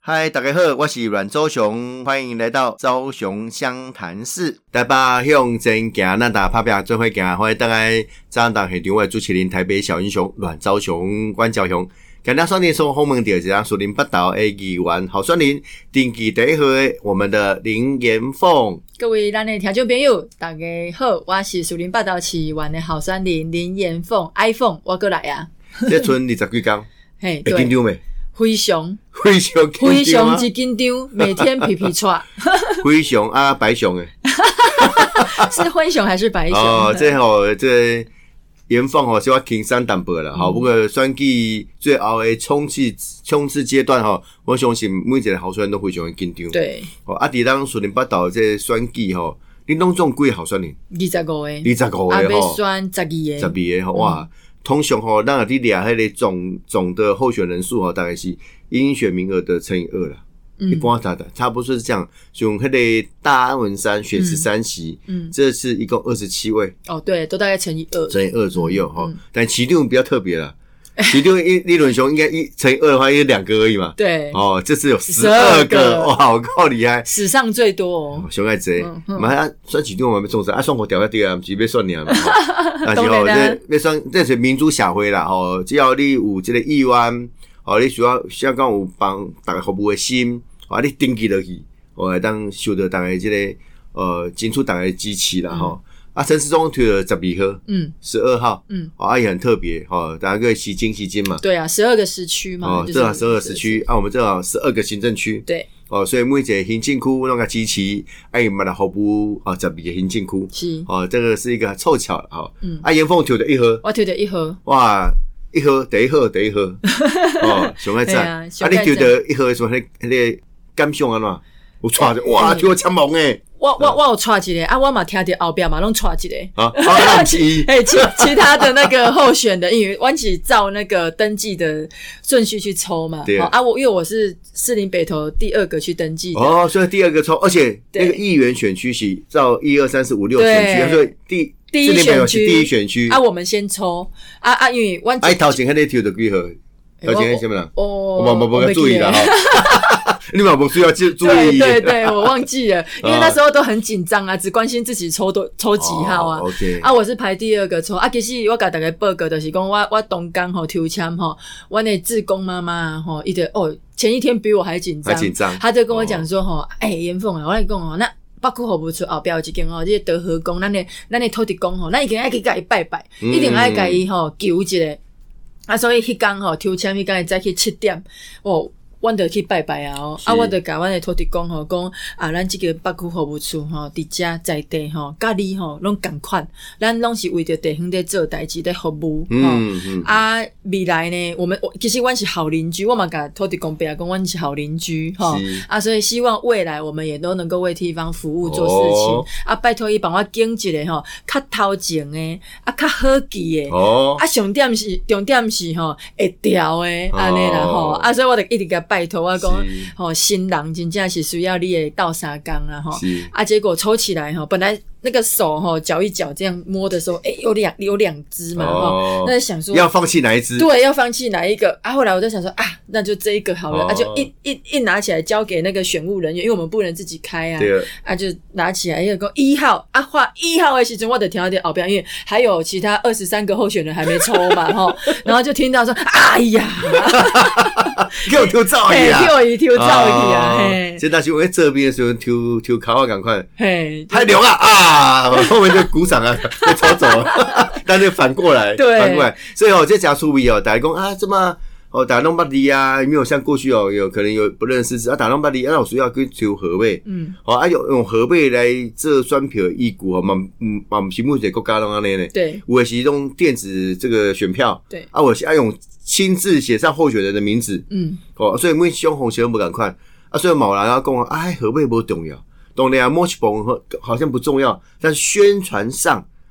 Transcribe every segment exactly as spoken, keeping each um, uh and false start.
嗨，大家好，我是阮周雄，欢迎来到周雄湘潭市。台北向前行，咱大拍拼做伙行，欢迎大家早上现场我主持人台北小英雄阮周雄、阮昭雄。今天双连说访问到一个树林北投的议员候选人，登记第一号的我们的林妍凤。 各位咱的听众朋友，大家好，我是树林北投市议员的候选人林妍凤 ，iPhone 我过来啊。 这剩二十几天， 嘿， 会紧张没？ 非常非常紧张、啊， 非常之紧张，每天皮皮喘。 灰熊啊，白熊诶， 是灰熊还是白熊？ 哦，这吼这严凤吼是我轻松淡薄啦，吼、嗯。不过选举最后的冲刺冲刺阶段吼，我相信每一个候选人都非常的紧张。 对， 哦，啊，伫咱树林北投这选举吼，恁拢总几个候选人？ 二十五个， 二十五个吼， 啊，要选十二个， 十二个吼，哇！嗯通常吼，咱若伫掠迄个总总的候选人数吼，大概是应选名额的乘以二啦。嗯，一般差的差不多是这样。像迄个大安文山选十三席，嗯，这次一共二十七位。 哦，对，都大概乘以二， 乘以二左右哈、嗯嗯。但其中比较特别啦，其中一理论上应该一乘以二的话，也两个而已嘛。 对。 哦，这次有十二个，哇，好够厉害， 史上最多哦。 熊爱贼，嘛啊，选其中我们重视啊，选我调个对啊，不是要选你啊。但是吼，这要选这是民主社会啦，吼，只要你有这个意愿，吼，你需要香港有帮大家服务的心，啊，你登记落去，哦，当受到大家这个呃，争取大家的支持啦，吼、嗯。啊，陈时中推了十二号，嗯，十二号，嗯，哦，啊也很特别，哦，大家可以吸金吸金嘛， 对啊，十二个时区嘛， 哦，正好十二个时区，啊，我们正好十二个行政区， 对， 哦，所以每一个行政区弄个支持，啊，伊嘛来服务啊，十二个行政区， 是，哦， 这个是一个凑巧，哦，嗯，啊，严凤推的一号， 我推的一号， 哇，一号第一号第一号，哦，上爱赞，啊，你推的一号的时候，迄迄个感想安怎？有带着哇，推我参谋诶。 我我我有带一个啊，我嘛听到后边嘛拢带一个啊，啊，其嘿其其他的那个候选的，因为我是照那个登记的顺序去抽嘛， 对啊，我因为我是士林北投第二个去登记的， 哦，所以第二个抽，而且那个议员选区是照一二三四五六选区，所以第第一选区第一选区啊，我们先抽啊啊，因为我哎头前迄个抽的几号？头前什么人？ 哦， 我我我注意了哈。你们不需要注意， 对对对，我忘记了，因为那时候都很紧张啊，只关心自己抽多抽几号啊。 哦、OK， 啊，我是排第二个抽啊。其实我甲大家报告就是讲，我我东港吼抽签吼，我那志工妈妈吼，伊就哦前一天比我还紧张， 还紧张， 他就跟我讲说吼，哎、哦，严凤啊，我来讲哦，那北区服务处后壁有一间吼，这个德和宫，咱的咱的土地公吼，咱一定爱去甲伊拜拜，嗯、一定爱甲伊吼求一个。啊，所以迄天吼抽签迄天早起七点哦。阮就去拜拜啊！哦，啊，我就甲阮的土地公吼讲啊，咱即个北区服务处吼，伫遮在地吼，甲你吼拢共款，咱拢是为着地方在做代志在服务。嗯嗯。啊，未来呢，我们其实阮是好邻居，我嘛甲土地公伯讲，阮是好邻居吼。啊，所以希望未来我们也都能够为地方服务做事情。哦、啊，拜托伊帮我拣一个吼，较头前诶，啊，较好记诶。哦。啊，重点是重点是吼会调诶，安尼啦吼。啊，所以我就一直甲拜托我讲，吼新人真正是需要你的倒三工啦吼，啊结果抽起来吼，本来那个手吼搅一搅这样摸的时候，诶、欸、有两有两只嘛吼、哦，那想说要放弃哪一只？ 对，要放弃哪一个？啊后来我就想说啊，那就这一个好了，哦、啊就一一一拿起来交给那个选务人员，因为我们不能自己开啊， 对啊就拿起来一个讲一号啊画一号的时阵，我就听到后边，因为还有其他二十三个候选人还没抽嘛吼，然后就听到说哎呀， 给我抽走去啊， 给我一抽走去啊，嘿， 这但是我在这边的时候抽抽卡啊，赶快， 嘿， 太牛了啊！啊，后面就鼓掌啊，被抽走了，但是反过来， 对， 反过来，所以哦，这假出位哦，大家讲啊，这么哦，打弄巴黎啊，没有像过去哦，有可能有不认识啊，打弄巴黎，啊，老师要跟求河北，嗯，哦，啊，用用河北来做选票依据哦，嘛，嗯，嘛，不是每一个国家都安尼呢， 对， 有的是用电子这个选票， 对， 啊，我是要用亲自写上候选人的名字，嗯，哦，所以每种红线都不赶快，啊，所以某人要讲啊，哎，河北不重要。当然啊，摸起本好像不重要，但宣传上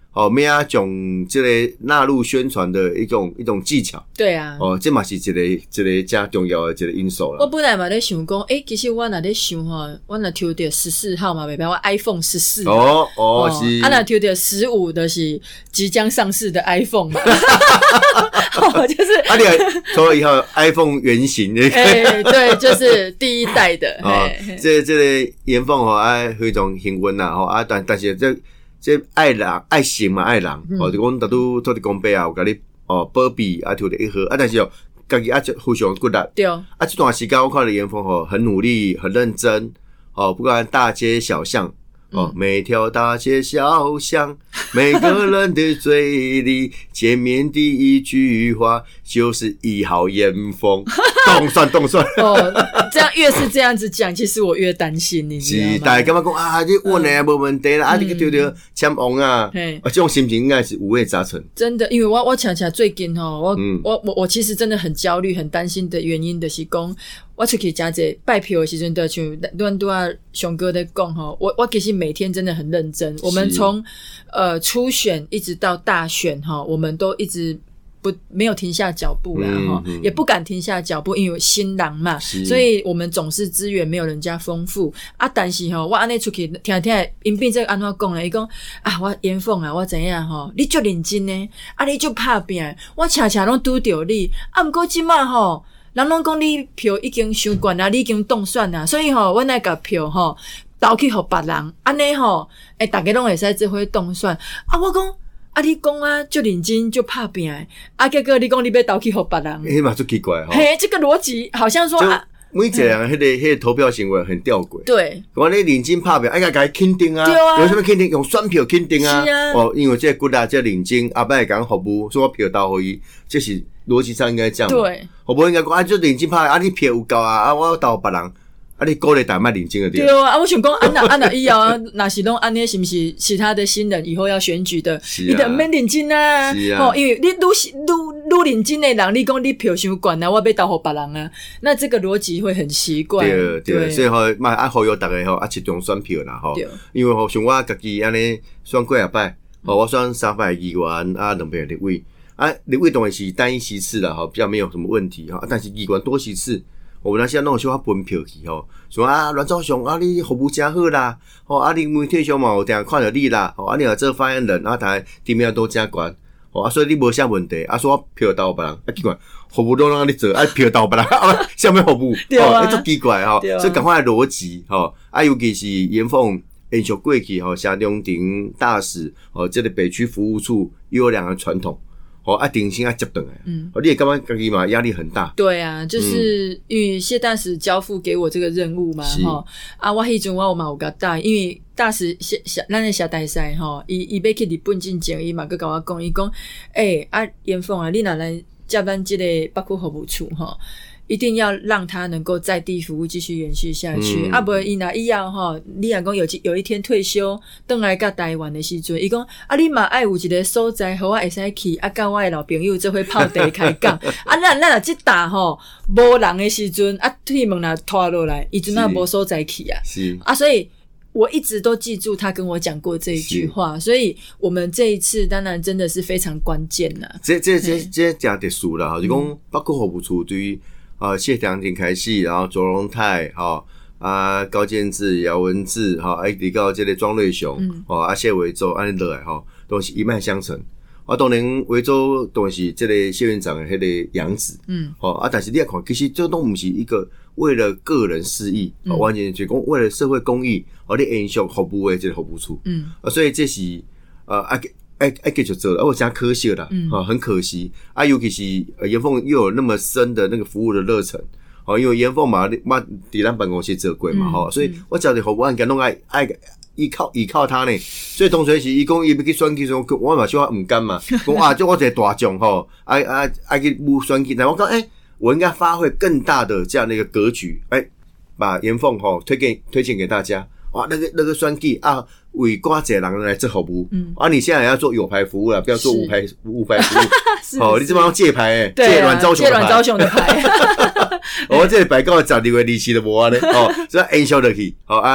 哦，咩啊种这个纳入宣传的一种一种技巧。 对啊， 哦，这嘛是一个一个加重要的一个因素啦。 我本来嘛咧想讲，诶，其实我若咧想吼，我若抽到十四号嘛，袂歹，我 iPhone 十四。 哦哦是。 啊，若抽到十五的是即将上市的 iPhone 嘛。哦，就是。 啊，你抽了以后 iPhone 原型的。 诶，对，就是第一代的。 哦，这这个严凤吼爱非常幸运啦，吼啊，但但是这。这爱人爱性嘛，爱人，哦、嗯，就讲大都做啲公杯啊，有甲你哦保庇啊，抽了一盒啊，但是哦，家己啊就非常 good 啦， 对， 啊，这段时间我看到严峰吼很努力，很认真，哦，不管大街小巷。哦，每条大街小巷，每个人的嘴里，见面第一句话就是一号严峰，动算动算。 哦，这样越是这样子讲，其实我越担心，你知道吗？ 是，大家感觉讲啊，你稳诶，无问题啦，啊，你个丢丢签王啊，啊，这种心情应该是五味杂陈。 真的，因为我我恰恰最近吼，我、嗯、我我我其实真的很焦虑、很担心的原因就是讲。我出去真济拜票的时阵，就像阮拄仔熊哥在讲吼，我我其实每天真的很认真。我们从呃初选一直到大选哈，我们都一直不没有停下脚步啦哈、嗯嗯，也不敢停下脚步，因为新人嘛，所以我们总是资源没有人家丰富啊。但是吼，我安尼出去听听，因变这安怎讲咧？伊讲啊，我严凤啊，我知影吼，你足认真呢，啊，你足拍拼，我恰恰拢拄着你，啊，毋过即马吼。人拢讲你票已经伤悬啦，你已经当选啦，所以吼，阮来甲票吼投去互别人，安尼吼，诶，大家拢会使做伙当选。啊，我讲啊，你讲啊，足认真，足拍拼诶，啊，结果你讲你要投去互别人， 迄嘛足奇怪吼。 嘿，这个逻辑好像说啊。 每一个人迄个迄个投票行为很吊诡。对，我你认真拍票，哎呀，甲伊肯定啊，有啥物肯定？用选票肯定啊。是啊。哦，因为这个骨啊，这认真，后摆讲服务，所以我票投互伊，这是逻辑上应该这样。对。服务应该讲啊，就认真拍，啊，你票有够啊，啊，我投别人。啊！你鼓励大卖认真的对。对啊，我想讲，安那安那以后啊，若是拢安尼，是不是其他的新人以后要选举的，是啊、你得免认真啊。是啊。哦，因为你愈愈愈认真的人，你讲你票伤悬啊，我要投互别人啊，那这个逻辑会很奇怪。 对对，对所以吼，嘛啊呼吁大家吼，啊集中选票啦吼。因为吼，像我家己安尼选过啊摆，吼、嗯、我选三摆议员啊，两摆立委啊，立委当然是单一席次啦，吼比较没有什么问题哈，但是议员多席次。我们那些弄小可分票去吼，说啊阮昭雄啊，你服务真好啦，吼啊你媒体上嘛有定看着你啦，吼啊你若做发言人啊，台知名度真悬，吼啊所以你无啥问题，啊说我票投别人，啊奇怪，服务都让你做，啊票投别人，啊啥物服务，哦，你足奇怪吼，所以赶快逻辑吼，啊尤其是严凤延续过去吼，霞中庭大使吼，这个北区服务处优良的传统。哦，啊，定薪啊，接等哎，嗯，哦，你也感觉自己嘛压力很大。对啊，就是因为谢大使交付给我这个任务嘛，哈，啊，我迄阵我有嘛有甲答应，因为大使下下咱的下大赛吼，伊伊要去日本进前，伊嘛佮甲我讲，伊讲，诶、欸，啊，严凤啊，你若来接咱这个北区服务处吼。一定要让他能够在地服务继续延续下去，嗯、啊不，伊若以后吼，你若讲有有一天退休，转来甲台湾的时阵，伊讲啊，你嘛爱有一个所在，互我会使去，啊，甲我的老朋友做伙泡茶开讲，啊，咱咱若即搭吼无人的时阵，啊，铁门若拖落来，伊阵啊无所在去啊，是啊，所以。我一直都记住他跟我讲过这一句话，所以我们这一次当然真的是非常关键啦。 这这这这真特殊啦，就讲包括服务处对于呃谢长廷开始，然后卓荣泰哈啊高建志、姚文智哈，一直到这个庄瑞雄哦啊谢维洲安尼落来哈，都是一脉相承。啊，当然维州当然是这个谢院长的迄个养子，嗯，哦啊，但是你要看，其实这都不是一个为了个人私益，嗯、完全是讲为了社会公益，而你延续服务的这个服务处，嗯，啊，所以这是呃爱爱爱继续做的，我讲可惜啦，嗯，啊，很可惜啊，尤其是呃严凤又有那么深的那个服务的热忱，哦，因为严凤嘛，嘛伫咱办公室做过嘛，哈、嗯，所以我晓得服务案件拢爱爱。依靠依靠他呢，所以当初是伊讲伊要去选举时候，我嘛小可唔甘嘛，讲啊，就我一个大将吼，啊啊啊去舞选举，但我讲诶、欸，我应该发挥更大的这样的一个格局，诶、欸，把严凤吼推荐推荐给大家，哇，那个那个选举啊，为寡济人来做服务，嗯，啊，你现在要做有牌服务了，不要做无牌无牌服务，哦，你这帮借牌诶，借阮昭雄的牌，借阮昭雄的牌，我这个牌到十二月二十都无啊咧，哦，所以延续落去，好啊。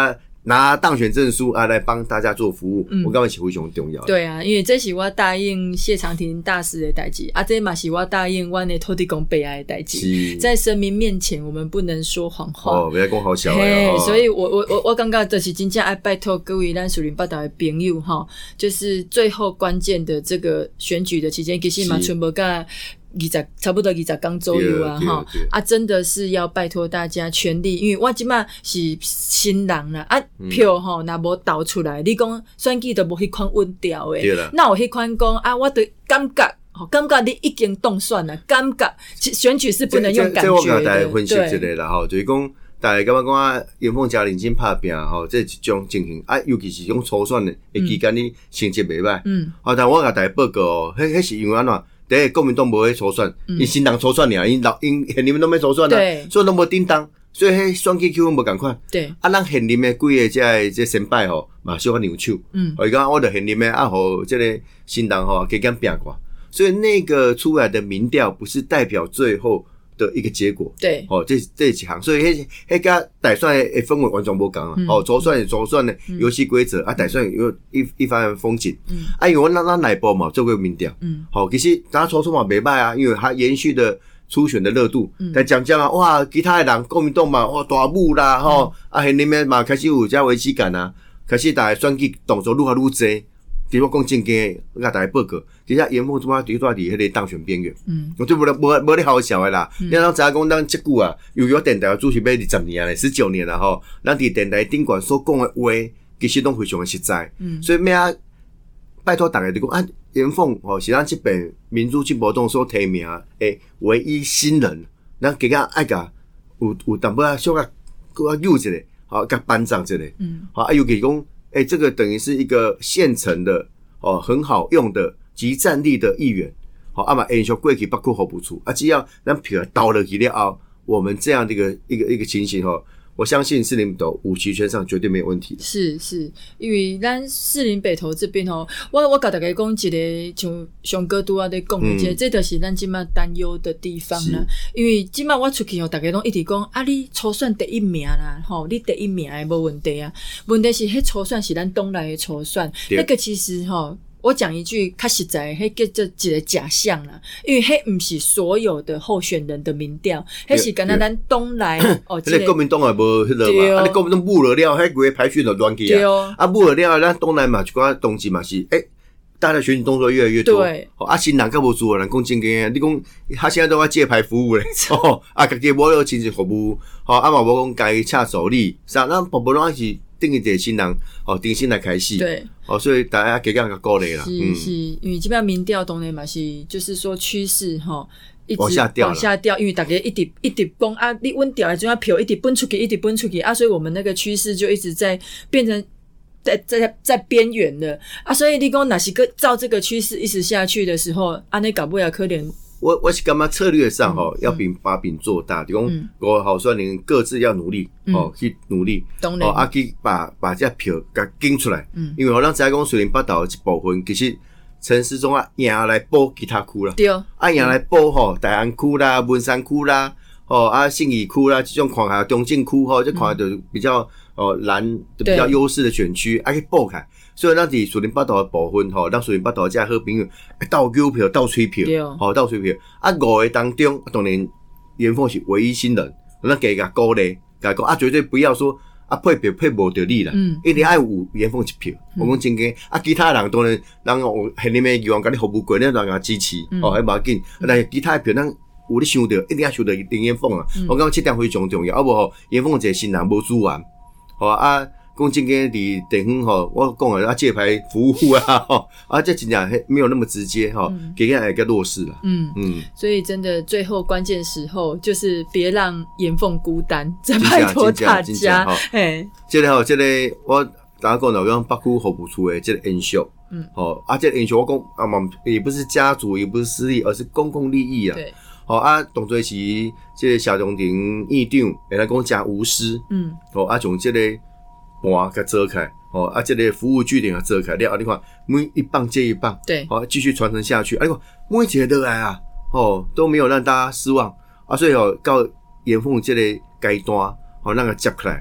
拿当选证书啊来帮大家做服务，嗯、我感觉是非常重要的。 对啊，因为这是我答应谢长廷大师的代志，啊，这嘛是我答应我的土地公悲哀的代志。在神明面前，我们不能说谎话。 哦，不要讲好笑的哦。 所以我我我我感觉就是真正爱拜托各位咱树林八岛的朋友哈，就是最后关键的这个选举的期间，其实嘛全部个。二十差不多二十天左右啊哈啊，真的是要拜托大家全力，因为我即马是新人啦啊，票吼若无投出来，你讲选举都无迄款稳调诶，那有迄款讲啊，我对感觉。好，感觉你已经当选了，感觉选举是不能用感觉的。 这这我甲大家分析一个啦吼，就是讲大家感觉讲啊，严凤家认真拍拼吼，这一种情形啊，尤其是种初选的期间，你成绩袂歹。嗯，好，但我甲大家报告哦，迄迄是因为安怎？第一，国民党无去初选，因新人初选尔，因老因现任都没初选啊，所以都无叮当，所以迄选举气氛无共款。对，啊，咱现任的几个这个这先摆吼，嘛小可扭手。嗯，我讲我著现任的啊，互这个新人吼加减拼过，所以那个出来的民调不是代表最后的一个结果。对，哦，这这几行，所以迄迄个大选的氛围完全无共啊。哦，初选是初选的游戏规则啊，大选有一一番风景。嗯，啊，因为咱咱内部嘛做过民调。嗯，好，其实咱初选嘛袂歹啊，因为它延续的初选的热度。嗯，但讲讲啊，哇，其他的人国民党嘛，哇大舞啦，吼、嗯，啊，现里面嘛开始有遮危机感啊，开始大家选举动作愈来愈济。比如我讲正经，我甲大家报告，其实严凤怎么伫在伫迄个当选边缘，嗯，我对无无无咧好笑的啦。嗯、你讲知影讲咱即久啊，由于我电台主持要二十年咧，十九年啦吼，咱伫电台顶管所讲的话，其实拢非常的实在。嗯，所以咩啊，拜托大家就讲啊，严凤吼是咱这边民主进步党所提名诶唯一新人，咱加个爱甲有有淡薄仔小个搁啊幼一个，好甲班长一个，嗯，好啊，尤其讲。哎、欸，这个等于是一个现成的哦，很好用的集战力的议员，好、哦，啊嘛，延续过去包括候补处啊，只要咱票倒了去了后，我们这样的一个一个一个情形哦，我相信士林北投五席全上绝对没有问题的。 是是，因为咱士林北投这边哦，我我甲大家讲一个像上哥拄仔咧讲的，这、嗯、这就是咱即马担忧的地方啦。因为即马我出去哦，大家拢一直讲啊，你初选第一名啦，吼，你第一名诶无问题啊。问题是迄初选是咱东来的初选，那个其实吼。我讲一句较实在，迄叫做一个假象啦，因为迄毋是所有的候选人的民调，迄是敢若咱东来哦， 迄个国民党也无迄落嘛，啊，你国民党补了了，迄个排序就乱去啊，啊，补了了，咱东来嘛，就讲同志嘛是，诶、欸，大家选举动作越来越多，对，啊，新人较无做人讲正经，你讲他现在都要借牌服务咧，哦，啊，家己无有亲自服务，吼，啊嘛无讲家恰手力，啥，咱部分拢是。定一点新人哦，定新来开戏，对，哦，所以大家给这样鼓励啦。 是、嗯、是，因为基本上民调当然嘛是，就是说趋势哈，一直往下掉， 往下掉，因为大家一直一直讲啊，你稳掉的这样票一直分出去，一直分出去啊，所以我们那个趋势就一直在变成在在在边缘的啊，所以你讲哪些个照这个趋势一直下去的时候，啊，那搞不了可怜。 我我是感觉策略上吼、嗯、要饼把饼做大，就讲五个候选人各自要努力、嗯、哦，去努力，哦，啊去把把这票给拣出来，嗯，因为咱知影讲水林八岛的一部分，其实陈时中啊赢来补其他区啦，对，啊赢来补吼大安区啦、文山区啦，哦啊信义区啦，这种看下中正区吼，这看下就比较哦蓝的比较优势的选区，啊去补开。所以咱伫树林八岛的部分吼，咱树林八岛这好朋友倒丢票、倒吹票，吼倒吹票。啊，五个当中，当然严凤是唯一新人，咱加个鼓励，加讲啊，绝对不要说啊配票配无着你啦，嗯，一定爱有严凤一票。嗯、我讲真经，啊，其他人当然，人有现里面希望甲你服务过，你让人支持，嗯、哦，还无要紧。但是其他的票，咱有你想到，一定要想到林严凤啊。嗯、我讲这点非常重要，啊无吼，严凤一个新人无资源，吼啊。讲真经伫地方吼，我讲啊，借牌服务啊，吼啊，这真正没有那么直接吼，给人一个弱势了。嗯嗯， 所以真的最后关键时候，就是别让严凤孤单，再拜托大家。嘿， 这个吼，这个我大家讲到讲北区候补处的这个延续，嗯，吼啊，这个延续我讲啊嘛，也不是家族，也不是私利，而是公共利益啊。对。好啊，当作是这个小中庭议长，会来讲加无私，嗯，好啊，从这个。盘给遮开，哦啊，这个服务据点给遮开了，你看每一棒接一棒，对，好、哦、继续传承下去。啊，你看每一个都来啊，哦都没有让大家失望啊，所以哦到严凤这个阶段，哦那个接起来，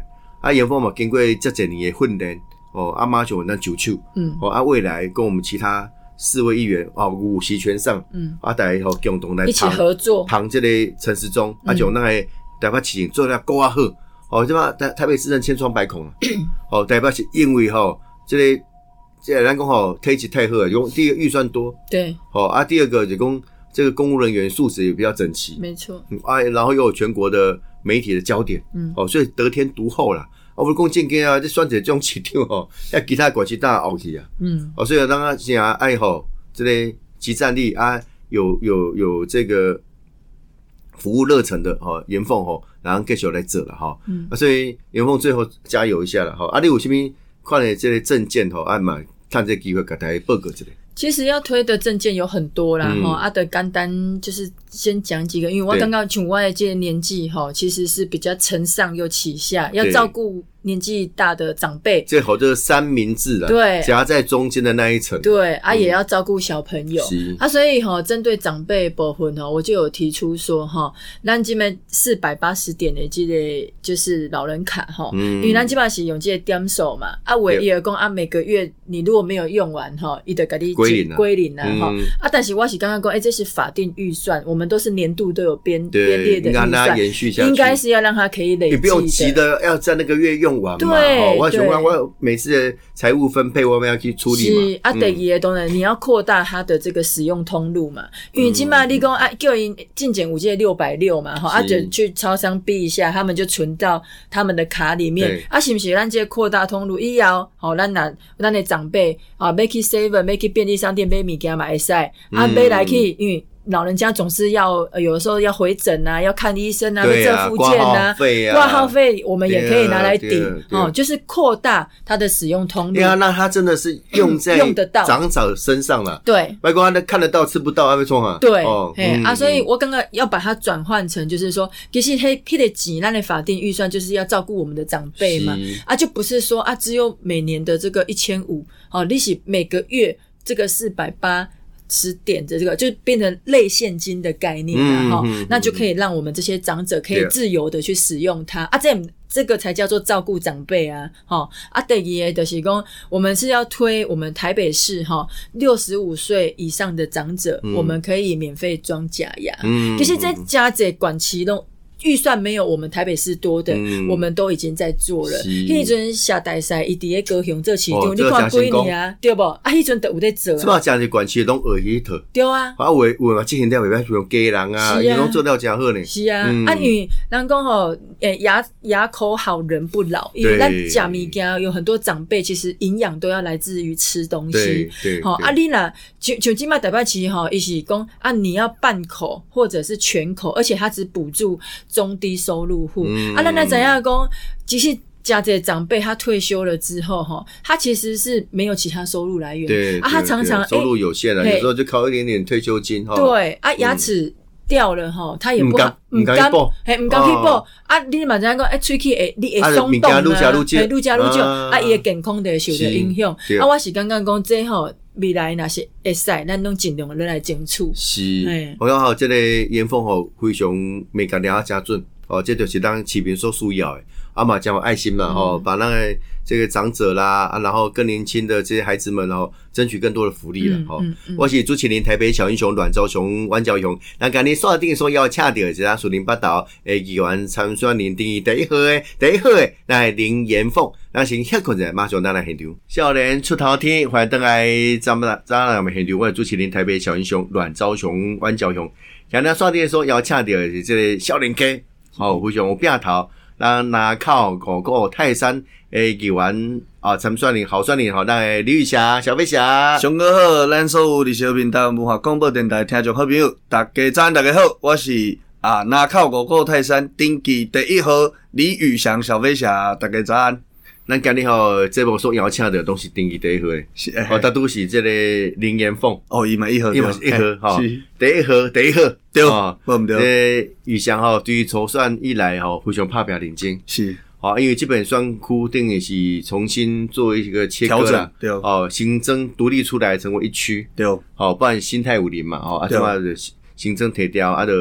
啊，严凤嘛经过这几年的训练，哦，啊马上咱就手，嗯，哦啊未来跟我们其他四位议员哦五席全上，嗯，啊大家吼共同来一起合作， 旁这个陈时中，啊就那个台北市政做得够啊好，哦，这嘛台台北市政千疮百孔啊，哦，台北是因为吼这个这个咱讲吼体质太好了，用第一个预算多， 对， 哦啊第二个就讲这个公务人员素质也比较整齐， 没错， 嗯啊然后又有全国的媒体的焦点，嗯，哦所以得天独厚啦。我们讲正经啊，这选择这种市长吼，要其他国旗大后去啊。嗯，哦，所以让他讲爱吼，这个集战力啊，有有有这个服务热忱的吼，严凤吼，然后继续来做了哈。嗯，啊，所以严凤最后加油一下了哈。啊，你有啥物看了这个政见吼，啊嘛，看这个机会给大家报告一下。 其实要推的政见有很多啦，哈、嗯，啊的简单就是先讲几个，因为我刚刚像我的这个年纪哈，其实是比较承上又启下，要照顾年纪大的长辈， 这好就是三明治啦， 对， 夹在中间的那一层， 对啊，也要照顾小朋友、嗯、啊，所以哈，针对长辈部分哈，我就有提出说哈，咱这边四百八十点的这个就是老人卡哈、嗯，因为咱这边是用这个点数嘛，啊，唯一讲啊，每个月你如果没有用完哈，伊就给你归零啊， 归零啊哈、嗯、啊，但是我是刚刚讲，哎、欸，这是法定预算，我们都是年度都有编编列的预算， 让它延续下去， 应该是要让它可以累积的， 你不用急的要在那个月用完嘛。 对， 哦、我想我每次的财务分配我们要去处理嘛。 是啊，第二个当然你要扩大它的这个使用通路嘛，因为今嘛你讲啊，叫因进检五届六百六嘛，哈，啊就去超商逼一下，他们就存到他们的卡里面，啊是不是？咱这个扩大通路以后，好，咱那咱的长辈啊，要去 seven， 要去便利商店买物件嘛会使，啊买来去，因为老人家总是要、呃、有的时候要回诊啊，要看医生啊，要做复健啊，挂号费、啊、我们也可以拿来抵、哦、就是扩大它的使用通路。 对啊，那它真的是用在长者身上了。 对， 外国他看得到吃不到，还没错啊。 对， 哦嗯、啊，所以我刚刚要把它转换成，就是说，其实那那个钱，那的法定预算就是要照顾我们的长辈嘛，啊，就不是说啊，只有每年的这个一千五，哦，利息每个月这个四百八。十点的这个就变成类现金的概念了哈、嗯嗯，那就可以让我们这些长者可以自由的去使用它啊，这这个才叫做照顾长辈啊，哈啊，第二个就是说，我们是要推我们台北市哈六十五岁以上的长者、嗯，我们可以免费装假牙，嗯，就是在家这管期都。预算没有我们台北市多的、嗯、我们都已经在做了那阵下大赛他在高雄做市长、哦、你看几年啊对不啊那阵就有在做是吧这样的管区都学那一套对啊啊有的有的这些料也不用给人啊也都做到这样好呢是啊、嗯、啊因为人讲吼牙牙口好人不老因为咱吃东西有很多长辈其实营养都要来自于吃东西对好啊你啦就就现在台北市吼他是说啊你要半口或者是全口而且他只补助中低收入户、嗯、啊，咱来知影讲，其实家这长辈他退休了之后哈，他其实是没有其他收入来源， 对啊，他常常收入有限了，有时候就靠一点点退休金哈。 对啊，牙齿掉了哈，他也不好， 唔敢补， 嘿，唔敢去补啊！你嘛知影讲，哎，喙齿会你会松动啊，愈加愈少啊，伊的健康就会受到影响。啊，我是感觉讲这吼。未来若是会使，咱拢尽量来争取。 是，我讲吼，这个严凤吼非常美感了加准，哦，这就是咱市民所需要的。啊嘛，讲有爱心嘛，吼、嗯，把那个这个长者啦，啊，然后更年轻的这些孩子们，吼，争取更多的福利了，吼、嗯嗯嗯。我是朱麒麟，台北小英雄阮昭雄、阮昭雄。那今日锁定说要请到的是咱树林八岛诶议员参选人第一第一号诶第一号诶，那林严凤。咱先歇困者，马上咱来现场。少年出头天，欢迎登来咱们咱来我们现场。我是朱麒麟，台北小英雄阮昭雄、阮昭雄。今日锁定的说要请到的是这个少年家，吼、哦，非常有拼头。咱南口五股泰山诶议员啊，参选人、候选人吼，咱诶李玉霞、小飞侠。 上哥好，咱所有伫小频道文化广播电台听众好朋友，大家早安，大家好，我是啊南口五股泰山顶级第一号李玉祥小飞侠，大家早安。 咱今日吼节目所邀请的都是顶级第一号诶，是诶，哦，大都是这个林严凤， 哦，伊嘛一号， 伊嘛是一号，吼，第一号，第一号， 对，哦，唔对， 这玉祥吼，对于筹算以来吼，非常拍拼认真， 是， 哦，因为这本选区等于是重新做一个切割啦， 对， 哦，新增独立出来成为一区， 对， 哦，不然新泰武林嘛，哦，啊，即嘛就新增提掉，啊，就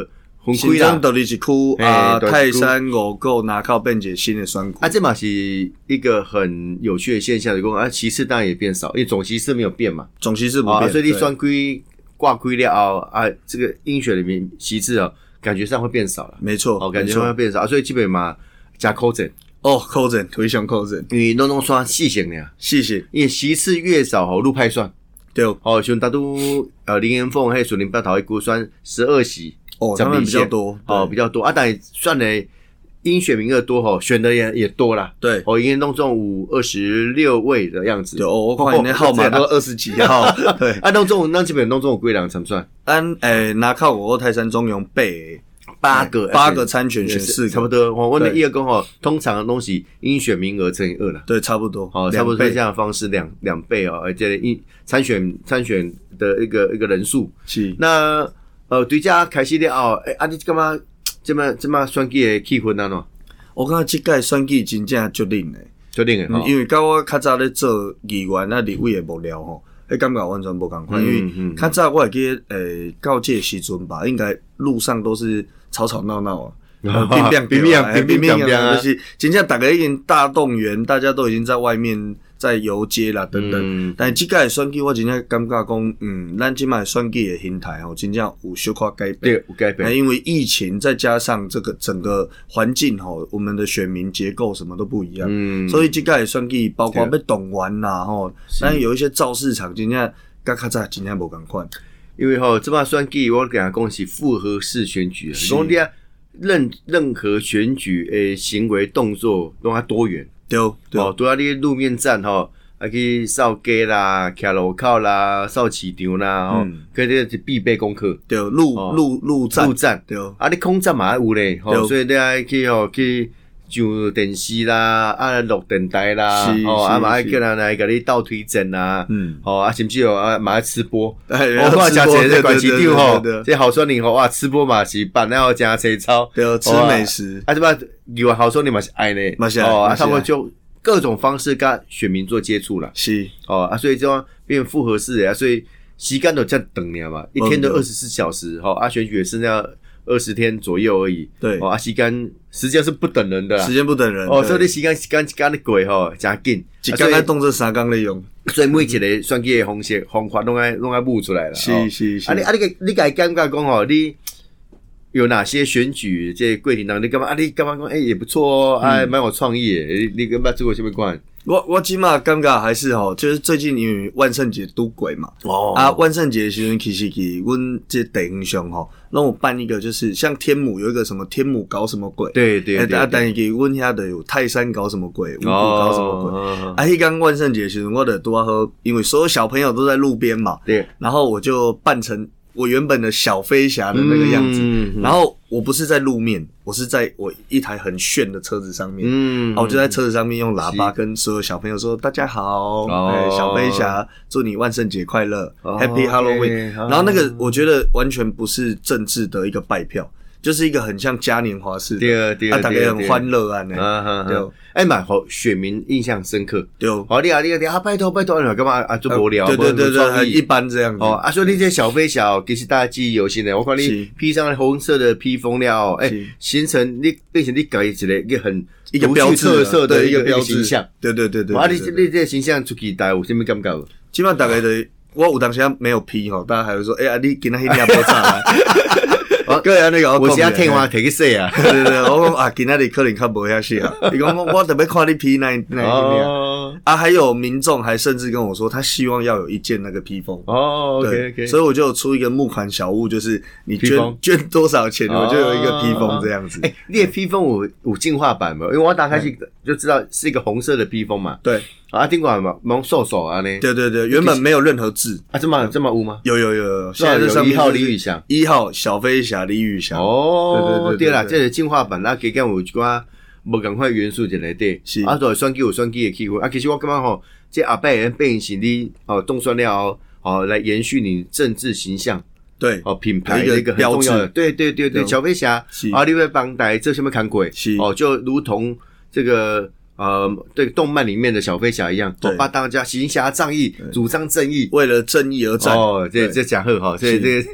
分开啦新增独立一区嘿啊， 独立一区泰山五股拿靠变解新的选区啊，这嘛是一个很有趣的现象，就讲啊，席次当然也变少，因为总席次没有变嘛， 总席次不啊， 变， 所以你对选区挂开了后啊，这个应选里面席次哦，感觉上会变少了， 没错， 哦，感觉没错上会变少，啊所以基本嘛加扣整， 哦，扣整推向扣整， 因为拢拢算细型的， 谢谢， 因为席次越少吼，路派算。 对， 哦，像大都呃林延凤还有水林标桃一股算十二席， 哦，他们比较多， 哦比较多啊，当然算的因选名额多吼，选的也也多啦。 对， 哦，应该弄中五二十六位的样子。 对，哦，我看你那号码都二十几号，对， 啊，弄中那基本弄中归两怎么算？ 按诶拿靠五股泰山中庸八八个八个参选选四个， 差不多。我问的一二公吼，通常的东西应选名额乘以二啦。 对，差不多， 哦，差不多是这样的方式，两两倍哦，而且应参选参选的一个一个人数。 是， 那呃，对家开始了后，诶，啊，你干嘛这么这么选举的气氛安怎？ 我感觉即届选举真正足冷诶， 决定的， 因为甲我较早咧做议员啊、立委诶幕僚吼，迄感觉完全无共款。因为较早我会记得诶，到这时阵吧，应该路上都是吵吵闹闹啊。冰冰冰冰冰冰冰啊！ 就是真正大家已经大动员，大家都已经在外面在游街啦等等。嗯、但是这届选举，我真正感觉讲，嗯，咱即摆选举的形态吼，真正有小可改变。 对，有改变。 因为疫情，再加上这个整个环境吼，我们的选民结构什么都不一样。嗯，所以这届的选举，包括要动员啦吼，但有一些造市场，真正甲较早真正无共款。 因为吼，这摆选举我跟他讲是复合式选举，讲你啊。任任何选举诶行为动作都要多元， 对对， 哦，都要你路面站吼，啊去扫街啦、徛路口啦、扫市场啦，吼，搿啲是必备功课。 对，路路路站路站， 对， 啊你空站嘛有咧，吼，所以你爱去吼去上电视啦，啊录电台啦，哦，啊嘛爱叫人来甲你倒推荐啦，嗯，哦啊甚至哦啊嘛爱吃播，我看诚侪在管市场吼，这好酸林吼哇吃播嘛是办，然后加切操， 对，吃美食， 啊这把有好酸林嘛是爱呢，哦，啊他们就各种方式跟选民做接触啦， 是， 哦啊所以这样变复合式的啊，所以时间都这样等了嘛，一天都二十四小时，吼啊选举也是那样。二十天左右而已， 对， 哦，啊，时间时间是不等人的， 时间不等人， 哦，所以你时间时间一天的过吼，真紧， 一天来动这三工咧用， 所以每一个选举的方式方法拢爱拢爱悟出来了， 是是是， 啊你啊你个你个感觉讲吼，你有哪些选举这过程当中，你干嘛啊？你干嘛讲？哎、欸，也不错哦，哎、嗯，蛮有创意的。你你跟捌做过什么款？ 我我起码感觉还是吼，就是最近因为万圣节都过嘛，哦啊，万圣节的时阵其实去阮这地方上吼，让我办一个就是像天母有一个什么天母搞什么鬼， 对对对， 啊，但是去阮遐的有泰山搞什么鬼，五股搞什么鬼，哦、啊，迄天万圣节的时阵我的拄啊好，因为所有小朋友都在路边嘛， 对， 然后我就扮成我原本的小飞侠的那个样子，嗯、然后我不是在路面，我是在我一台很炫的车子上面，嗯，然后我就在车子上面用喇叭跟所有小朋友说：“大家好，哦欸、小飞侠，祝你万圣节快乐、哦、，Happy Halloween。Okay, ”然后那个我觉得完全不是政治的一个拜票。就是一个很像嘉年华式的， 对对， 啊，大家很欢乐啊， 呢，对，哎，蛮好，选民印象深刻， 对， 好，你啊，你啊，啊，拜托拜托，你干嘛啊？做无聊， 对对对对，一般这样子， 哦，啊，所以你这小飞侠其实大家记忆犹新的，我看你披上红色的披风了，哎，形成你变成你改一个一个很一个标志特色的一个标形象， 对对对对， 啊，你你这形象出去带有什么感觉？ 基本上大概的，我有当时没有披吼，大家还会说，哎啊，你今仔迄领无差。个人那个， 我是要听话摕去洗啊！ 对对对，我讲啊，今仔日可能较无遐洗啊。你讲我特别看你披那那一件啊，还有民众还甚至跟我说，他希望要有一件那个披风哦。OK OK， 所以我就出一个募款小物，就是你捐捐多少钱，我就有一个披风这样子。 哎，你的披风有有进化版嘛？因为我打开去就知道是一个红色的披风嘛。 对。 啊，听过嘛？蒙瘦瘦啊呢？ 对对对，原本没有任何字啊，这么这么污吗？ 有有有有， 现在这上面一号李宇翔， 一号小飞侠李宇翔。 哦，对对对啦，这是进化版，那加减有一寡无共款元素进来底。 是啊，就选举有选举的气氛啊。其实我感觉吼，这阿伯人变成你哦，动算了哦，来延续你政治形象。 对， 哦，品牌的一个很重要的，对对对对，小飞侠啊，你会帮带这什么看鬼？哦，就如同这个。呃，对，动漫里面的小飞侠一样，帮大家行侠仗义，主张正义， 为了正义而战。 哦，这这讲好哈，这这这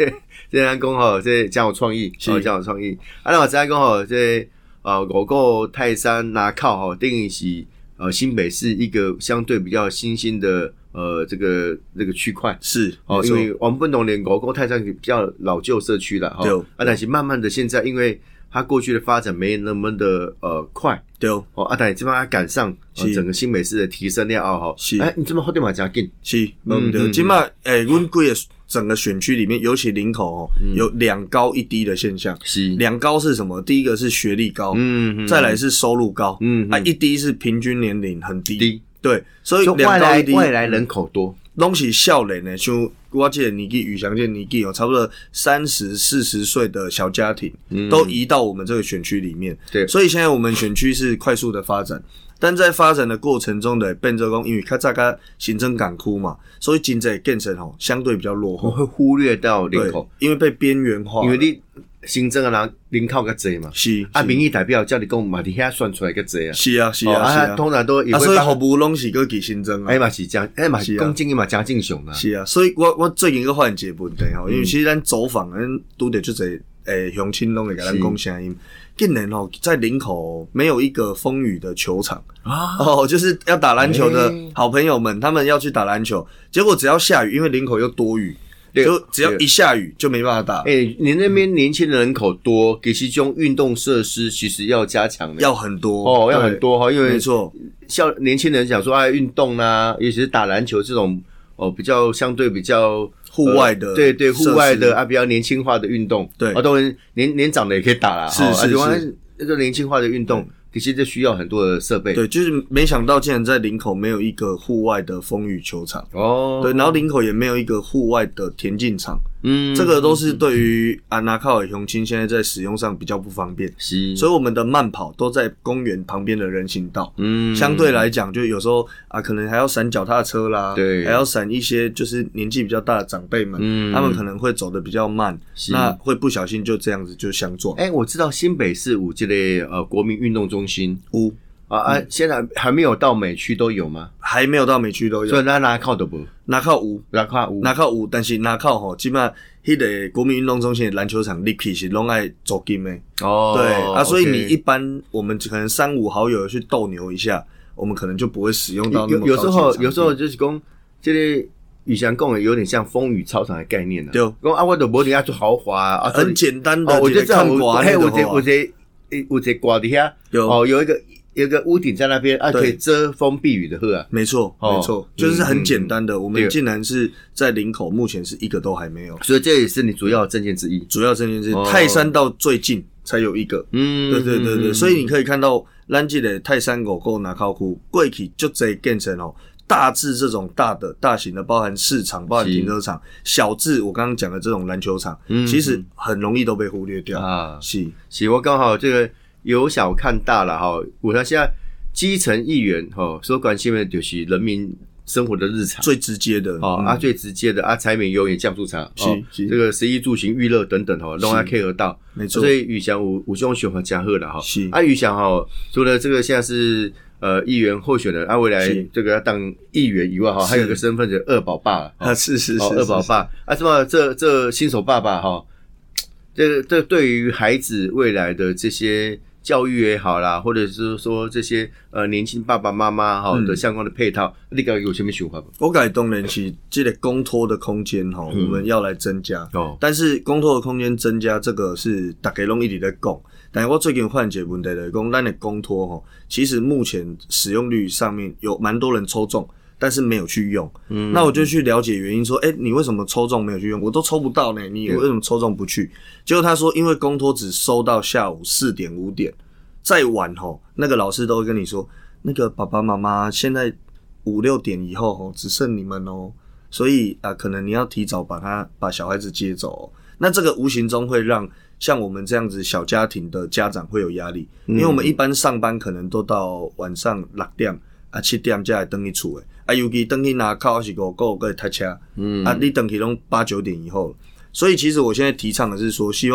这咱讲吼，这真有创意，哦，真有创意。啊，那我再讲吼，这呃，五股泰山拿靠吼，等于是呃新北市一个相对比较新兴的呃这个这个区块是哦，因为我们不懂连五股泰山比较老旧社区了哈，啊，但是慢慢的现在因为它过去的发展没那么的呃快。对哦，啊，但基本上赶上、呃、整个新北市的提升了后，是哎，你这么好点嘛加紧是，嗯对，基本上诶，阮规个整个选区里面，尤其林口哦，嗯、有两高一低的现象。是两高是什么？第一个是学历高，嗯，再来是收入高，嗯，啊，一低是平均年龄很低，低对，所以两高一低， 外来人口多， 拢是少年的，像我这个年纪，宇翔这个年纪哦，差不多三十四十岁的小家庭，嗯、都移到我们这个选区里面。对，所以现在我们选区是快速的发展，但在发展的过程中的变做讲，因为较早个行政港区嘛，所以经济建设吼相对比较落后， 会忽略到人口， 因为被边缘化， 因为你。行政的人人口较济嘛，是啊，民意代表叫你讲嘛，伫遐选出来较济啊， 是啊，是啊， 哦、 是啊， 通常都也会啊，所以服务拢是个给行政啊， 哎嘛是这样，哎嘛是讲正义嘛，加正常啊， 是啊，所以我我最近个发现一个问题吼，嗯、因为其实咱走访，咱拄着就侪诶乡亲拢会甲咱讲声音，竟然吼在林口没有一个风雨的球场啊，哦，就是要打篮球的好朋友们，他们要去打篮球，结果只要下雨，因为林口又多雨。就只要一下雨就没办法打。 哎、欸，你那边年轻的人口多，其实这种运动设施其实要加强的， 要很多哦，要很多哈，因为没错， 像年轻人想说爱运动啊，尤其是打篮球这种哦，比较相对比较户外的、呃， 对对，户外的啊，比较年轻化的运动，对，啊，当然年年长的也可以打啦， 是是是， 啊、那个年轻化的运动。其实这需要很多的设备， 对，就是没想到竟然在林口没有一个户外的风雨球场哦，对，然后林口也没有一个户外的田径场，嗯，这个都是对于安纳靠尔雄亲现在在使用上比较不方便，是，所以我们的慢跑都在公园旁边的人行道，嗯，相对来讲，就有时候啊，可能还要闪脚踏车啦，对，还要闪一些就是年纪比较大的长辈们，嗯，他们可能会走得比较慢，那会不小心就这样子就相撞。 哎、欸，我知道新北市有这个呃国民运动中。中心有啊啊，现在还没有到每区都有吗？ 还没有到每区都有， 所以咱拿靠的不？ 拿靠有， 拿靠有， 拿靠有，但是拿靠吼，基本上迄个国民运动中心的篮球场，立起是拢爱租金的哦。对啊，所以你一般我们可能三五好友去斗牛一下，我们可能就不会使用到那么高级的场地。 有时候，有时候就是讲这个。宇翔讲的有点像风雨操场的概念啊，对，讲啊，我的摩天要做豪华啊， 很简单的， 哦、我就这样，我还有这有这有这挂底下，有哦，有一个有一个屋顶在那边啊，可以遮风避雨的，呵啊， 没错，哦、没错，就是很简单的。嗯、我们竟然是在林口，目前是一个都还没有， 所以这也是你主要的证件之一， 主要证件之一。哦、泰山到最近才有一个，嗯，对对对对，所以你可以看到，咱这个泰山五股南口区过去就这建成哦。大致这种大的、大型的，包含市场、包含停车场；小至我刚刚讲的这种篮球场，嗯、其实很容易都被忽略掉啊。是， 是我刚好这个由小看大了哈。我看现在基层议员哈所关心的就是人民生活的日常， 最直接的哦、嗯、啊，最直接的啊，柴米油盐酱醋茶，是、哦、是这个食衣住行娱乐等等哈，都要 care 到。没错，所以宇翔有有这种选择加贺了哈。是啊，宇翔哈，除了这个现在是。呃，议员候选人啊，未来这个要当议员以外哈，还有一个身份是二宝爸啊，是是是， 二宝爸啊，什么这这新手爸爸哈，这这对于孩子未来的这些教育也好啦，或者是说这些呃年轻爸爸妈妈哈的相关的配套，你个有什么想法不？ 我感觉当然是这个公托的空间哈，我们要来增加哦，但是公托的空间增加，这个是大家拢一直在讲。但是我最近发现一个问题就是说，咱的公托吼，其实目前使用率上面有蛮多人抽中，但是没有去用。嗯，那我就去了解原因，说，哎、欸，你为什么抽中没有去用？我都抽不到呢，你为什么抽中不去？结果他说，因为公托只收到下午四点五点，再晚吼，那个老师都会跟你说，那个爸爸妈妈现在五六点以后吼，只剩你们哦，所以啊、呃，可能你要提早把他把小孩子接走、哦。那这个无形中会让像我们这样子小家庭的家长会有压力，因为我们一般上班可能都到晚上六点啊七点才会回去厝诶，啊尤其回去拿靠是五个个读车，嗯啊你回去拢八九点以后，所以其实我现在提倡的是说，希望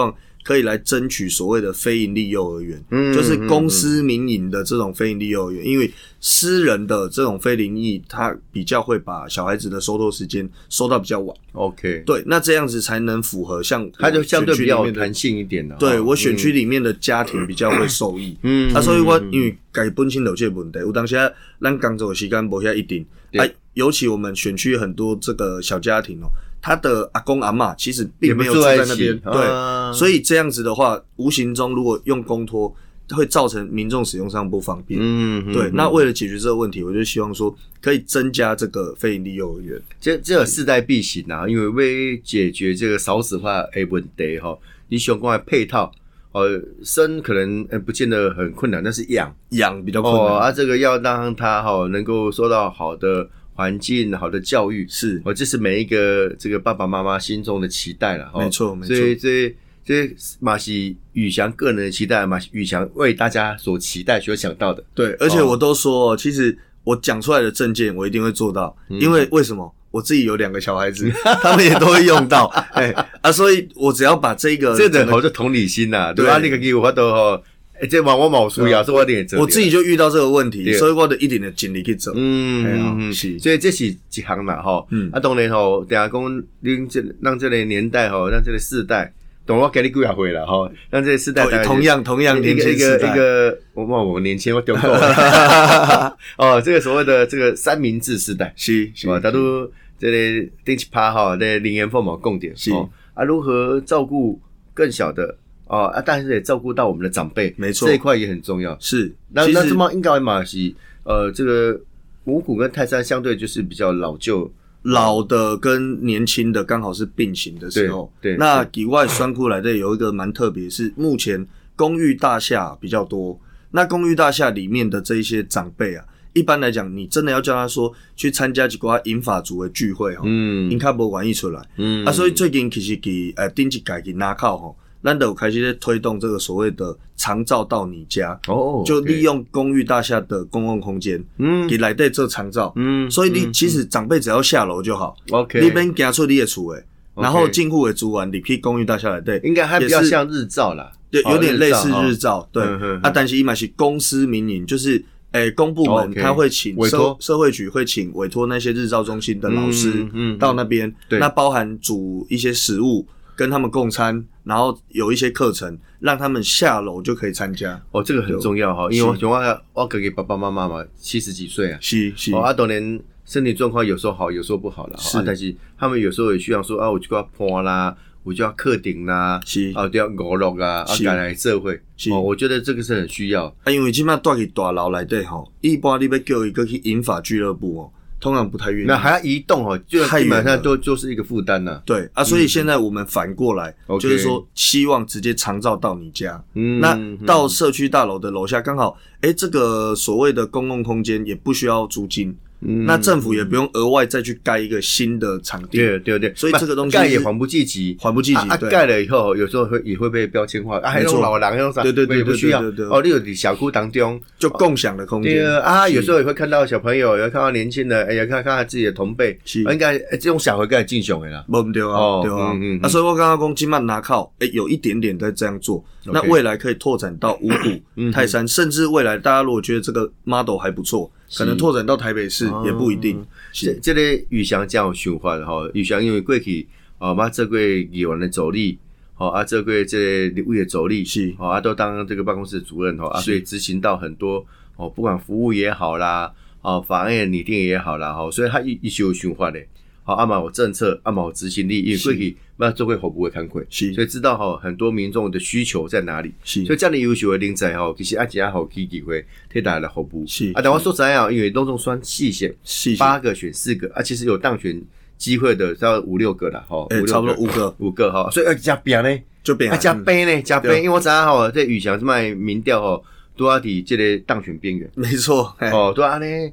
可以来争取所谓的非营利幼儿园，嗯，就是公司民营的这种非营利幼儿园，因为私人的这种非营利，它比较会把小孩子的收托时间收到比较晚。 OK， 对，那这样子才能符合像它就相对比较有弹性一点的。 对，我选区里面的家庭比较会受益。嗯，啊，所以我因为家己本身有这个问题，有当时咱工作的时间无遐一定，啊，尤其我们选区很多这个小家庭哦。他的阿公阿嬷其实并没有住在那边，对，啊、所以这样子的话，无形中如果用公托，会造成民众使用上不方便。嗯，对。嗯、那为了解决这个问题，我就希望说可以增加这个非营利幼儿园。 这这有势在必行啊，因为为解决这个少子化的问题哈，你相关的配套。呃，生可能呃不见得很困难，但是养养比较困难。 哦，啊，这个要让他哈、哦、能够受到好的环境、好的教育， 是哦，这是每一个这个爸爸妈妈心中的期待了。 没错，没错。 所以这这马是宇翔个人的期待，马是宇翔为大家所期待、所想到的。 对，而且我都说，哦、其实我讲出来的政见，我一定会做到，嗯、因为为什么？我自己有两个小孩子，他们也都会用到，哎啊，所以我只要把这个这人好就同理心呐、啊，对吧？那个给我都吼，哎，这往我冇输呀，说我点我自己就遇到这个问题，所以我的一定的尽力去做。 嗯嗯嗯，是，所以这是一行啦吼。嗯，啊，当然吼，等下讲恁这让这个年代吼，让这个世代，懂我给你几下回了吼，让这个世代同样同样年轻世代， 一个一个我忘我年轻我丢够了。哦，这个所谓的这个三明治世代， 是是吧？大都。这个第七趴哈，在林元凤嘛共点是哦啊，如何照顾更小的哦啊，但是也照顾到我们的长辈， 没错， 这一块也很重要。 是， 那那这么应该嘛是呃，这个五股跟泰山相对就是比较老旧， 老的跟年轻的刚好是并行的时候。 对，对那以外酸库来的有一个蛮特别，是目前公寓大厦比较多，那公寓大厦里面的这一些长辈啊。一般来讲，你真的要叫他说去参加几个银法族的聚会吼，嗯，应该无愿意出来，嗯啊，所以最近其实给呃顶一届给拿靠吼，咱都有开始在推动这个所谓的长照到你家，哦，就利用公寓大厦的公共空间，嗯，给来底做长照，嗯，所以你其实长辈只要下楼就好 ，OK， 你免行出你的厝诶，然后进户的资源你去公寓大厦来底， 应该还比较像日照啦， 对，有点类似日照，对，啊，但是伊嘛是公司民营，就是。诶、欸，公部门他会请社社会局会请委托那些日照中心的老师到那边，嗯嗯、那包含煮一些食物跟他们共餐，然后有一些课程让他们下楼就可以参加。 哦，这个很重要哈，因为我我我给爸爸妈妈嘛，七十几岁啊， 是是， 哦，啊，当然身体状况有时候好，有时候不好了，是、啊，但是他们有时候也需要说啊，我就要搬啦。我就要客顶啦，是啊，就要五六啊，啊，改来社会，是哦，我觉得这个是很需要。 啊，因为即摆住去大楼内底吼，一般你要叫一个去银发俱乐部哦，通常不太愿意。 那还要移动哦，就基本上都就是一个负担呐。 对啊，所以现在我们反过来，嗯、就是说希望直接长照到你家，嗯，那到社区大楼的楼下刚好，哎、欸，这个所谓的公共空间也不需要租金。嗯、那政府也不用额外再去盖一个新的场地， 对对对， 所以这个东西盖也缓不济急， 缓不济急。 啊，盖了以后，有时候会也会被标签化，啊，还有老人用啥？ 对对对， 也不需要。哦，你有你小区当中就共享的空间。 对啊，有时候也会看到小朋友，也会看到年轻的，也看看到自己的同辈，应该这种小孩该进雄的啦。 没对啊，对啊。嗯嗯。所以我刚刚讲金曼拿靠，哎，有一点点在这样做，那未来可以拓展到五股、泰山，甚至未来大家如果觉得这个 model 还不错。可能拓展到台北市也不一定。 这这个宇翔这样想法的哈，宇翔因为过去哦，把这个议员的助理，哦啊，这个这个立委的助理是，哦啊，都当这个办公室的主任哦啊，所以执行到很多哦，不管服务也好啦，哦法案的拟定也好啦，哈，所以他一一直有想法的。好，阿嘛有政策，阿嘛有执行力，因为过去那做过服务的工作，所以知道哈很多民众的需求在哪里。所以这样的优秀的人才哈，其实阿姐好给机会替大家来服务。是啊，但我说实在啊，因为农种算细选，八个选四个啊，其实有当选机会的到五六个啦，哈， 欸，差不多五个， 五个哈，所以要加变呢， 就变， 要加倍呢，加倍，因为我知道哈，这宇翔是卖民调哈，都要伫这个当选边缘。 没错， 哦，对啊呢。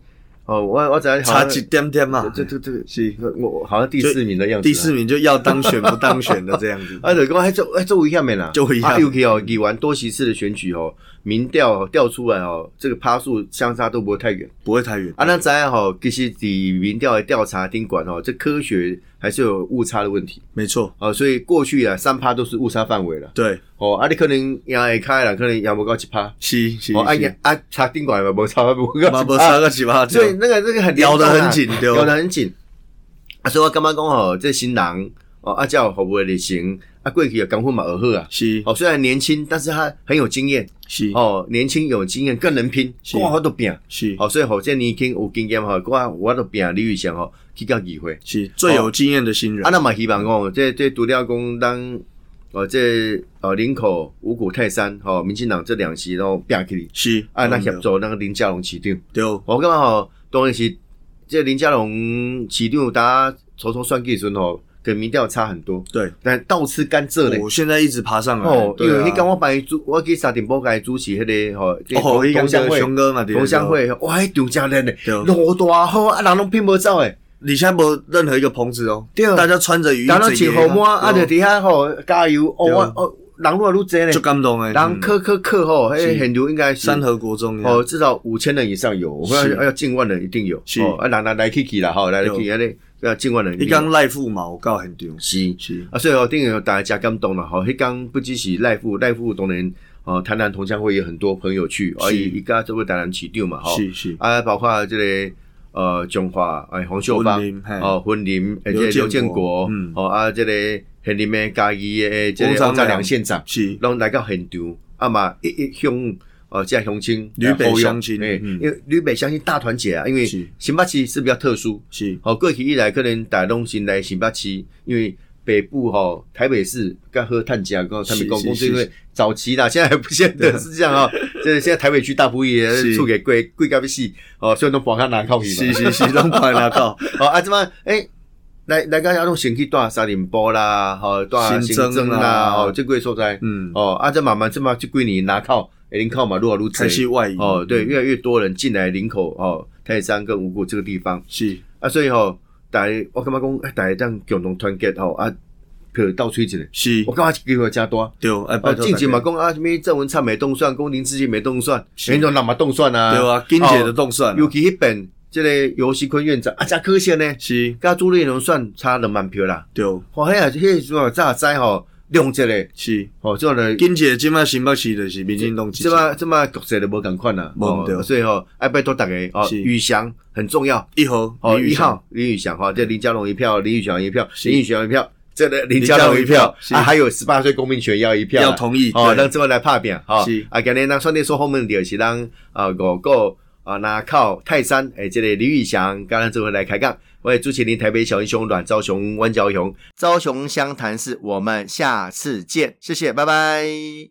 哦，我我知差一点点嘛。 这这这是， 我好像第四名的样子。 第四名就要当选不当选的这样子。 啊，就讲还做还做危险的啦， 就危险。 啊，尤其哦，议员多席次的选举哦，民调调出来哦，这个趴数相差都不会太远， 不会太远。 啊，那知影吼，其实伫民调的调查顶管哦，这科学还是有误差的问题。 没错。 哦，所以过去啊，三趴都是误差范围了。 对。哦， 啊，你可能赢会开啦，可能赢不到一趴。 是是。 哦，啊啊，查顶管嘛，无差无到一趴。 无差到一趴。 所以那个那个很聊得很紧，对， 聊得很紧。啊，所以我感觉讲吼，这新人哦，啊，叫服务的类型，啊，过去也功夫嘛学好啊。 是。 哦，虽然年轻，但是他很有经验。 是。 哦，年轻有经验，更能拼，我都拼。 是。 哦，所以吼，这年轻有经验吼，我我都拼李宇翔吼去到议会。 是最有经验的新人。 啊，那嘛希望讲，这这除了讲当哦，这呃林口、五股、泰山，吼，民进党这两席都拼起来。 是。 啊，那协助那个林佳龙市长。 对。 我感觉吼，当然是这林佳龙市长，大家筹筹算计时吼。跟民调差很多， 对， 但倒吃甘蔗嘞。 我现在一直爬上来哦，因为迄天我帮伊主，我去沙丁堡甲伊主持迄个吼， 哦，同乡会，熊哥嘛， 同乡会，哇，迄场真热嘞，路大好，啊，人拢拼无走诶。 你现在无任何一个棚子哦，对，大家穿着雨衣， 大家穿雨衣，啊，就底下吼加油，哦，我哦，人愈来愈侪咧， 就感动诶， 人科科课吼，迄现场应该是山河国中哦，至少五千人以上有，我看要近万人一定有，哦，啊，人来来去去啦，吼，来来去去安尼。要近万人， 迄天赖富嘛，有够现场， 是是啊，所以吼，等于大家真感动啦。吼，迄天不只是赖富，赖富当然，哦，台南同乡会有很多朋友去，而伊伊家做位台南市长嘛，吼， 是是啊，包括这个呃中华哎黄秀芳哦，婚林，而且刘建国，嗯，哦啊，这个现任的嘉义的这个王章良县长， 是， 拢来到现场，啊嘛一一向。哦，这乡亲， 吕北乡亲， 诶、嗯，因为吕北乡亲大团结啊，因为新北市是比较特殊， 是， 哦，过去以来可能大东新来新北市，因为北部吼、哦、台北市跟喝炭家跟他们公公司，因为早期啦，现在还不现得是这样哦，这现在台北区大埔也出给贵贵咖啡系，哦，所以都绑他拿靠去嘛，是是是，拢绑拿靠， 哦啊，怎么诶？来来个要弄先去带沙林波啦，吼带新增啦，哦，这几个所在，嗯，哦，啊，这慢慢这么这几年拿靠。林口嘛，愈来愈开始外移哦，对，越来越多人进来林口哦，泰山跟五股这个地方是啊，所以吼，大家我感觉讲，大家这样共同团结吼啊，譬如倒吹一下， 是， 我感觉机会加多， 对， 啊，近期嘛讲啊，什么郑文灿没动算，龚林志杰没动算，很多人嘛动算啊， 对啊，金姐的动算， 尤其迄本这个游锡堃院长啊，加可惜呢， 是， 跟朱立伦算差两万票啦， 对， 哦，迄啊，迄时候早知吼。量一个是， 哦，这样的今届即摆新北市就是民进党， 这摆这摆局势就无共款啦， 无对， 所以吼，爱拜托大家哦，宇翔很重要， 一号哦，一号林宇翔哈，这林佳龙一票，林宇翔一票，林宇翔一票，这个林佳龙一票，啊，还有十八岁公民权要一票， 要同意， 哦，让这位来拍拼，哈， 是， 啊，今日咱选择说后面就是咱啊五个啊拿靠泰山，诶，这个林宇翔，刚刚这回来开讲。我也朱麒麟台北小英雄阮昭雄湾昭雄，昭雄湘潭市，我们下次见，谢谢，拜拜。